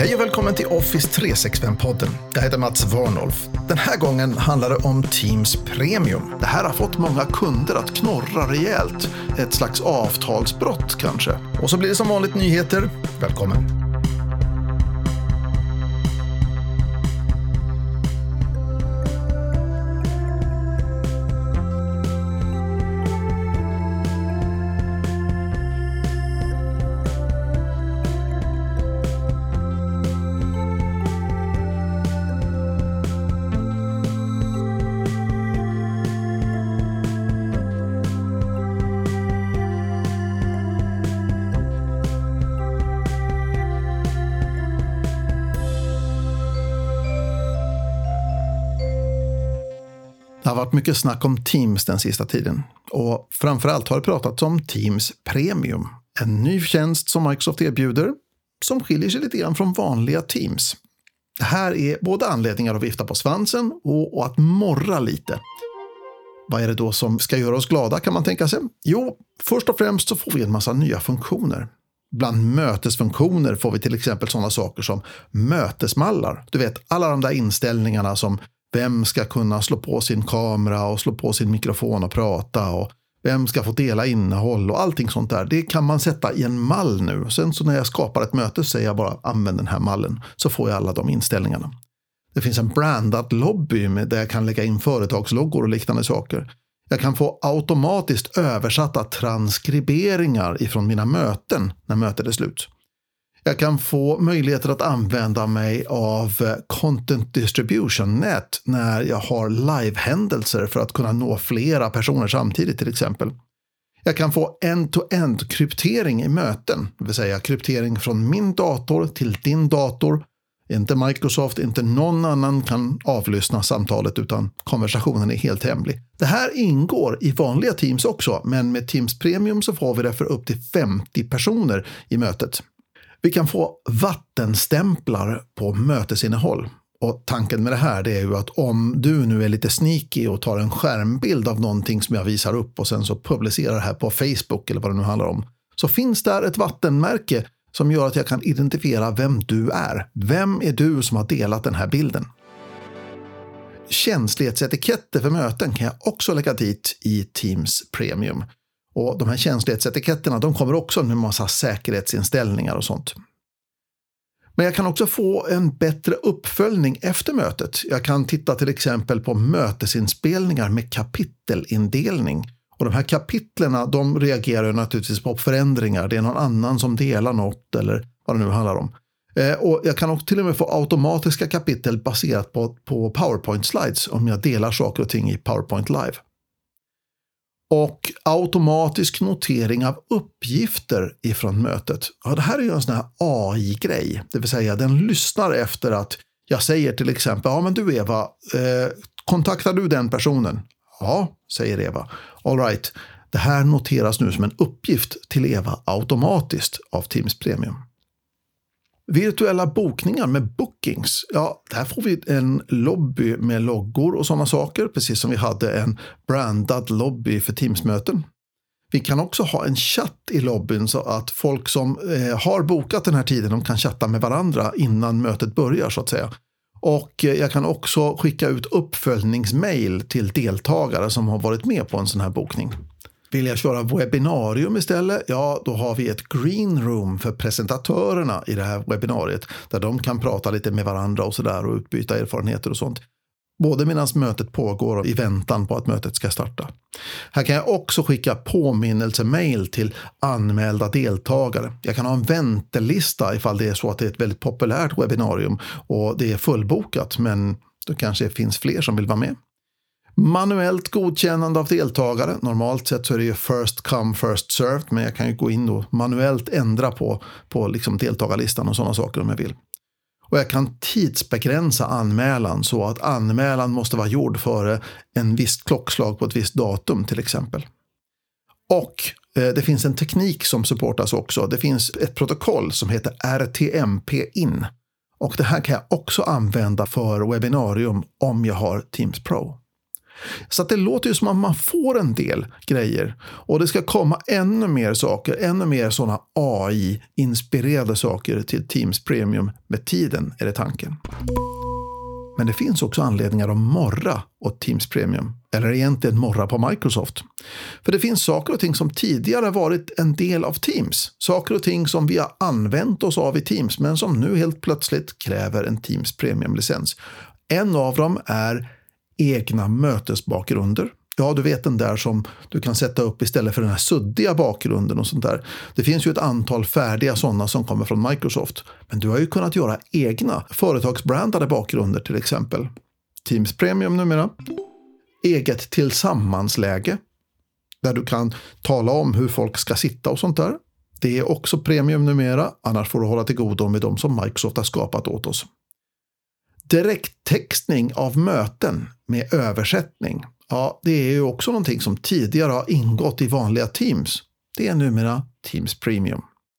Hej och välkommen till Office 365-podden. Jag heter Mats Warnolf. Den här gången handlar det om Teams Premium. Det här har fått många kunder att knorra rejält. Ett slags avtalsbrott kanske. Och så blir det som vanligt nyheter. Välkommen! Det har varit mycket snack om Teams den sista tiden och framförallt har det pratats om Teams Premium. En ny tjänst som Microsoft erbjuder som skiljer sig lite grann från vanliga Teams. Det här är både anledningar att vifta på svansen och att morra lite. Vad är det då som ska göra oss glada kan man tänka sig? Jo, först och främst så får vi en massa nya funktioner. Bland mötesfunktioner får vi till exempel sådana saker som mötesmallar. Du vet, alla de där inställningarna som vem ska kunna slå på sin kamera och slå på sin mikrofon och prata och vem ska få dela innehåll och allting sånt där. Det kan man sätta i en mall nu. Sen så när jag skapar ett möte säger jag bara använd den här mallen så får jag alla de inställningarna. Det finns en brandad lobby där jag kan lägga in företagsloggor och liknande saker. Jag kan få automatiskt översatta transkriberingar ifrån mina möten när mötet är slut. Jag kan få möjligheter att använda mig av Content Distribution Net när jag har live-händelser för att kunna nå flera personer samtidigt till exempel. Jag kan få end-to-end kryptering i möten, det vill säga kryptering från min dator till din dator. Inte Microsoft, inte någon annan kan avlyssna samtalet utan konversationen är helt hemlig. Det här ingår i vanliga Teams också, men med Teams Premium så får vi det för upp till 50 personer i mötet. Vi kan få vattenstämplar på mötesinnehåll. Och tanken med det här det är ju att om du nu är lite sneaky och tar en skärmbild av någonting som jag visar upp och sen så publicerar det här på Facebook eller vad det nu handlar om. Så finns där ett vattenmärke som gör att jag kan identifiera vem du är. Vem är du som har delat den här bilden? Känslighetsetiketter för möten kan jag också lägga dit i Teams Premium. Och de här känslighetsetiketterna de kommer också med en massa säkerhetsinställningar och sånt. Men jag kan också få en bättre uppföljning efter mötet. Jag kan titta till exempel på mötesinspelningar med kapitelindelning. Och de här kapitlerna de reagerar naturligtvis på förändringar. Det är någon annan som delar något eller vad det nu handlar om. Och jag kan också till och med få automatiska kapitel baserat på PowerPoint-slides om jag delar saker och ting i PowerPoint Live. Och automatisk notering av uppgifter ifrån mötet. Ja, det här är ju en sån här AI-grej. Det vill säga den lyssnar efter att jag säger till exempel, ja men du Eva, kontaktar du den personen? Ja, säger Eva. All right, det här noteras nu som en uppgift till Eva automatiskt av Teams Premium. Virtuella bokningar med bookings. Ja, där får vi en lobby med loggor och sådana saker. Precis som vi hade en brandad lobby för Teams-möten. Vi kan också ha en chatt i lobbyn så att folk som har bokat den här tiden de kan chatta med varandra innan mötet börjar så att säga. Och jag kan också skicka ut uppföljningsmail till deltagare som har varit med på en sån här bokning. Vill jag köra webbinarium istället? Ja, då har vi ett green room för presentatörerna i det här webbinariet. Där de kan prata lite med varandra och sådär och utbyta erfarenheter och sånt. Både medan mötet pågår och i väntan på att mötet ska starta. Här kan jag också skicka påminnelsemail till anmälda deltagare. Jag kan ha en väntelista ifall det är så att det är ett väldigt populärt webbinarium och det är fullbokat men det kanske finns fler som vill vara med. Manuellt godkännande av deltagare. Normalt sett så är det ju first come first served men jag kan ju gå in och manuellt ändra på liksom deltagarlistan och sådana saker om jag vill. Och jag kan tidsbegränsa anmälan så att anmälan måste vara gjord före en viss klockslag på ett visst datum till exempel. Och det finns en teknik som supportas också. Det finns ett protokoll som heter RTMP-in. Och det här kan jag också använda för webbinarium om jag har Teams Pro. Så att det låter ju som att man får en del grejer. Och det ska komma ännu mer saker, ännu mer sådana AI-inspirerade saker till Teams Premium med tiden, är det tanken. Men det finns också anledningar att morra åt Teams Premium. Eller egentligen morra på Microsoft. För det finns saker och ting som tidigare varit en del av Teams. Saker och ting som vi har använt oss av i Teams men som nu helt plötsligt kräver en Teams Premium-licens. En av dem är egna mötesbakgrunder. Ja, du vet den där som du kan sätta upp istället för den här suddiga bakgrunden och sånt där. Det finns ju ett antal färdiga sådana som kommer från Microsoft. Men du har ju kunnat göra egna företagsbrandade bakgrunder till exempel. Teams Premium numera. Eget tillsammansläge. Där du kan tala om hur folk ska sitta och sånt där. Det är också premium numera. Annars får du hålla till godo med de som Microsoft har skapat åt oss. Direkttextning av möten med översättning. Ja, det är ju också någonting som tidigare har ingått i vanliga Teams. Det är numera Teams Premium.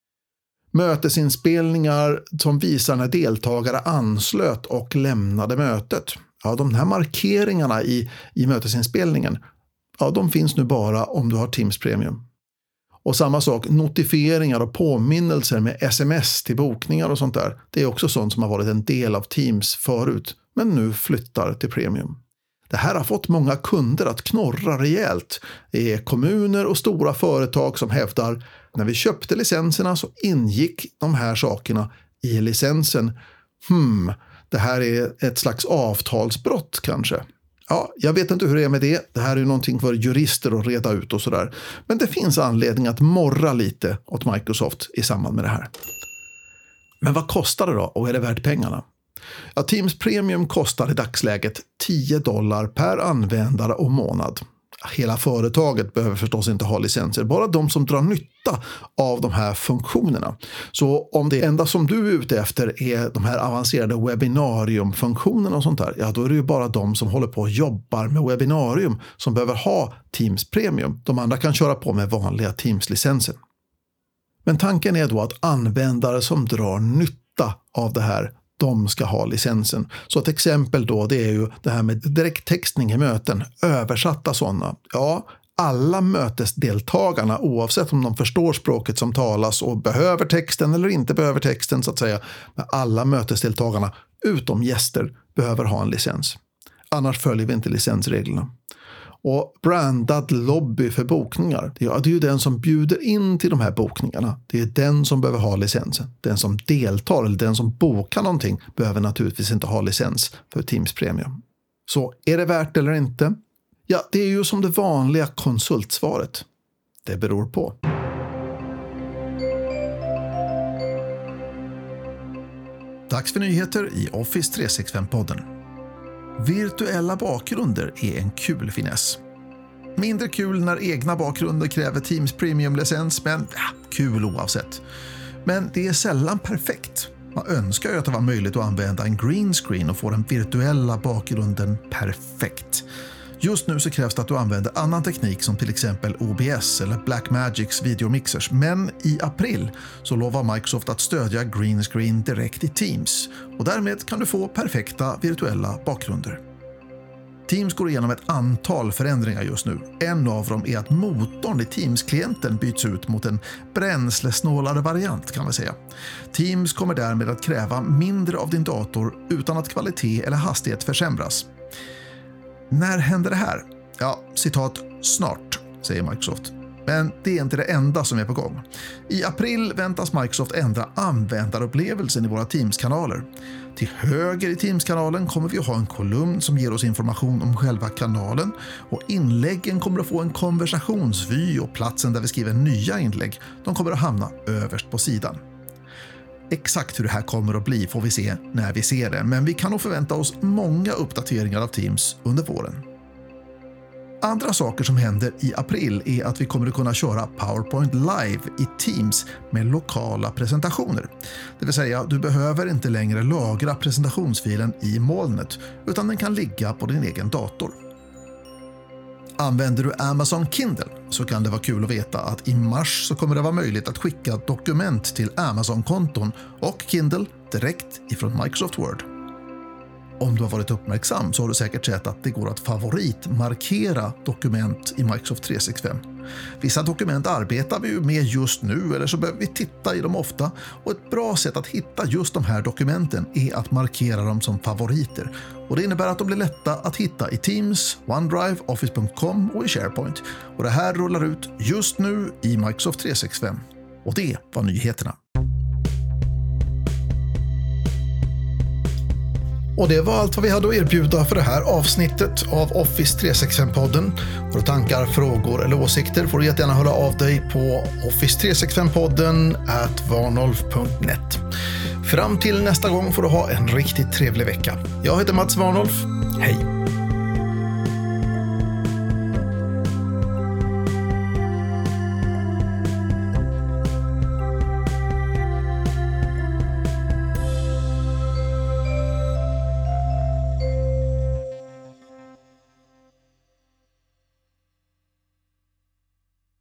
Mötesinspelningar som visar när deltagare anslöt och lämnade mötet. Ja, de här markeringarna i mötesinspelningen, ja, de finns nu bara om du har Teams Premium. Och samma sak, notifieringar och påminnelser med sms till bokningar och sånt där. Det är också sånt som har varit en del av Teams förut, men nu flyttar till Premium. Det här har fått många kunder att knorra rejält. Det är kommuner och stora företag som hävdar när vi köpte licenserna så ingick de här sakerna i licensen. Det här är ett slags avtalsbrott kanske. Ja, jag vet inte hur det är med det. Det här är ju någonting för jurister att reda ut och sådär. Men det finns anledning att morra lite åt Microsoft i samband med det här. Men vad kostar det då och är det värt pengarna? Ja, Teams Premium kostar i dagsläget $10 per användare och månad. Hela företaget behöver förstås inte ha licenser, bara de som drar nytta av de här funktionerna. Så om det enda som du är ute efter är de här avancerade webbinariumfunktionerna och sånt där, ja då är det ju bara de som håller på och jobbar med webbinarium som behöver ha Teams Premium. De andra kan köra på med vanliga Teams-licenser. Men tanken är då att användare som drar nytta av det här, de ska ha licensen. Så ett exempel då, det är ju det här med direkttextning i möten, översatta sådana. Ja, alla mötesdeltagarna, oavsett om de förstår språket som talas och behöver texten eller inte behöver texten så att säga, men alla mötesdeltagarna utom gäster behöver ha en licens. Annars följer vi inte licensreglerna. Och brandad lobby för bokningar, det är ju den som bjuder in till de här bokningarna. Det är den som behöver ha licensen. Den som deltar eller den som bokar någonting behöver naturligtvis inte ha licens för Teams Premium. Så är det värt eller inte? Ja, det är ju som det vanliga konsultsvaret. Det beror på. Dags för nyheter i Office 365-podden. Virtuella bakgrunder är en kul finess. Mindre kul när egna bakgrunder kräver Teams Premium-licens, men kul oavsett. Men det är sällan perfekt. Man önskar ju att det var möjligt att använda en green screen och få den virtuella bakgrunden perfekt. Just nu så krävs det att du använder annan teknik som till exempel OBS eller Blackmagics videomixers. Men i april så lovar Microsoft att stödja green screen direkt i Teams. Och därmed kan du få perfekta virtuella bakgrunder. Teams går igenom ett antal förändringar just nu. En av dem är att motorn i Teams-klienten byts ut mot en bränslesnålare variant kan man säga. Teams kommer därmed att kräva mindre av din dator utan att kvalitet eller hastighet försämras. När händer det här? Ja, citat, snart, säger Microsoft. Men det är inte det enda som är på gång. I april väntas Microsoft ändra användarupplevelsen i våra Teams-kanaler. Till höger i Teams-kanalen kommer vi att ha en kolumn som ger oss information om själva kanalen och inläggen kommer att få en konversationsvy och platsen där vi skriver nya inlägg, de kommer att hamna överst på sidan. Exakt hur det här kommer att bli får vi se när vi ser det, men vi kan nog förvänta oss många uppdateringar av Teams under våren. Andra saker som händer i april är att vi kommer att kunna köra PowerPoint Live i Teams med lokala presentationer. Det vill säga, du behöver inte längre lagra presentationsfilen i molnet, utan den kan ligga på din egen dator. Använder du Amazon Kindle så kan det vara kul att veta att i mars så kommer det vara möjligt att skicka dokument till Amazon-konton och Kindle direkt ifrån Microsoft Word. om du har varit uppmärksam så har du säkert sett att det går att favoritmarkera dokument i Microsoft 365. Vissa dokument arbetar vi ju med just nu eller så behöver vi titta i dem ofta, och ett bra sätt att hitta just de här dokumenten är att markera dem som favoriter. Och det innebär att de blir lätta att hitta i Teams, OneDrive, Office.com och i SharePoint. Och det här rullar ut just nu i Microsoft 365. Och det var nyheterna. Och det var allt vad vi hade att erbjuda för det här avsnittet av Office 365-podden. Har du tankar, frågor eller åsikter får du jättegärna höra av dig på office365podden@warnolf.net. Fram till nästa gång får du ha en riktigt trevlig vecka. Jag heter Mats Warnolf. Hej!